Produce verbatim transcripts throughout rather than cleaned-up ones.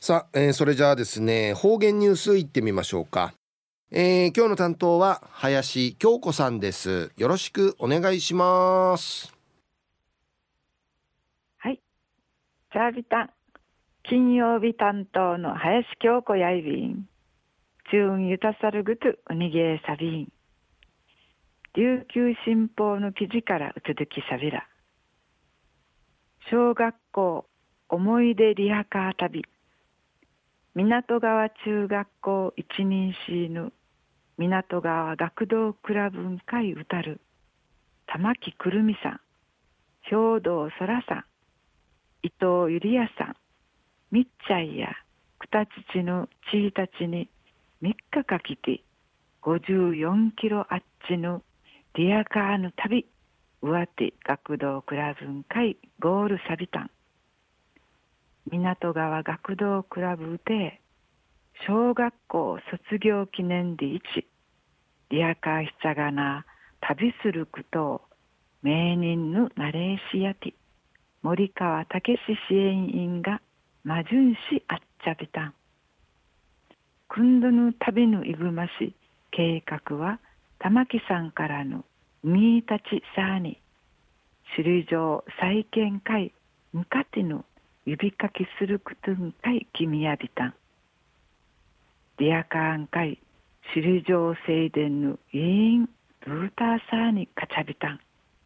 さあ、えーそれじゃあですね、方言ニュースいってみましょうか。えー今日の担当は林京子さんです。よろしくお願いします。 はい、チャービタン金曜日担当の林京子やいびん、チューンユタサルグトゥウニゲーサビン、琉球新報の記事からうつづきさびら、小学校思い出リアカー旅、港川中学校一人シーヌ、港川学童クラブ会歌る、玉木くるみさん、兵藤そらさん、伊藤ゆりやさん、みっちゃいやくたちちのちいたちにみっかかきてごじゅうよんキロあっちのリアカーの旅上手学童クラブン会ゴールサビタン港川学童クラブで小学校卒業記念日いちリアカーひちゃがな旅することを名人のナレーシアティ森川武史支援員がマジュンシあっちゃびたん。くんどぬ旅のいぐまし計画は玉木さんからの海立ちさーに首里城再建会向かっての指かきするくとん会君やびたん。リアカーン会首里城正殿の委員ルーターサーにかちゃびたん。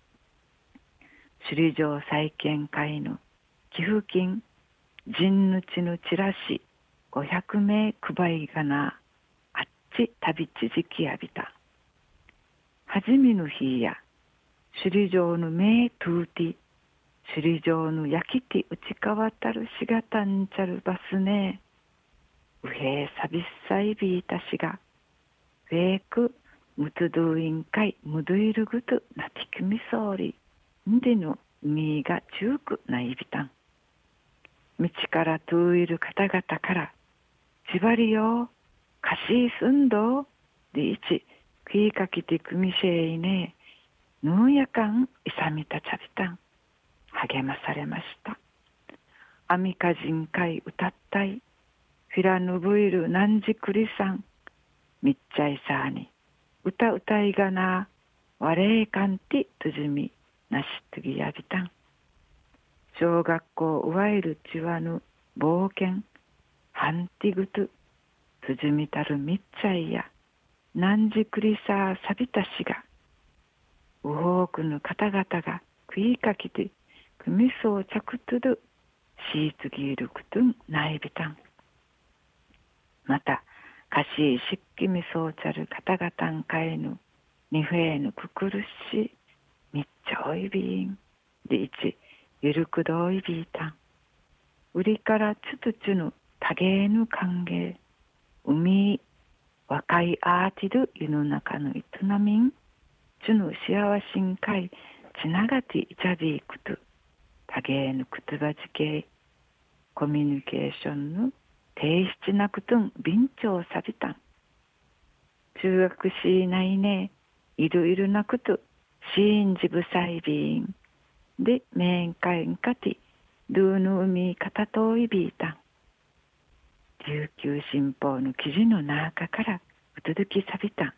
首里城再建会の寄付金人ぬちのチラシごひゃくめい配りがなあっち旅ちじきやびたはじみの日や首里城の名トゥーティ首里城の焼きティ打ち変わったるしがたんちゃるバスねうへいさびっさいびいたしがウェークムツドゥイン会ムドゥイルグトなてきみそうりんでの海が中くないびたん道から遠いる方々からしばりよかしいすんどでいち食いかけてくみせいねぬんやかんいさみたちゃびたん励まされました。アミカ人会歌ったいフィラヌブイルナンジクリさんみっちゃいさーに歌歌いがなわれいかんてとじみなしとぎやびたん小学校うわいるちわぬ冒険ハンティグトゥつじみたるみっちゃいやなんじくりさーさびたしがうほうくぬ方々が食いかけてくみそうちゃくとるしいつぎるくとんないびたんまたかしいしっきみそうちゃる方々んかいぬにふえぬくくるしみっちゃおいびんでいちゆるくどいびいたんうりからつつつぬたげぬ歓迎海若いアーティル湯の中の営みんちぬ幸しんかいちながていちゃびいくとたげぬくつばじけコミュニケーションの提出なくとんびんちょうさびたん中学しないねいるいるなくとしんじぶさいびんで面会んかてルーヌ海かたといびいたん琉球新報の記事の中からうつづきさびたん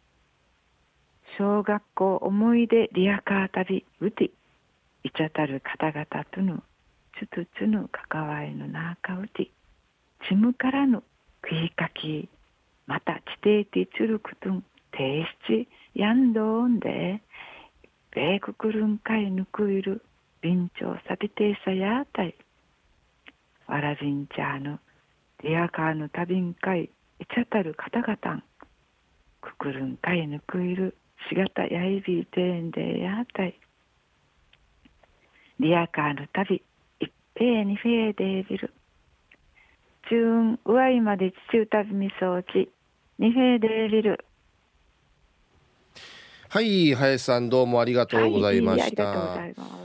小学校思い出リアカー旅うていちゃたる方々とのちゅつつの関わりの中うてちむからの食いかきまた地底てちゅるくとん提出やんどんで米国るんかいぬくいるびんちょうさびていさやたいわらびんちゃーのリアカーの旅んかいいちゃたる方々んくくるんかいぬくいるしがたやいびいてんでやたいリアカーの旅いっぺいにフェーデービル中運うわいまで地中旅みそうちにフェーデービルはい、林さんどうもありがとうございまはい、あしりがとうござた。 います。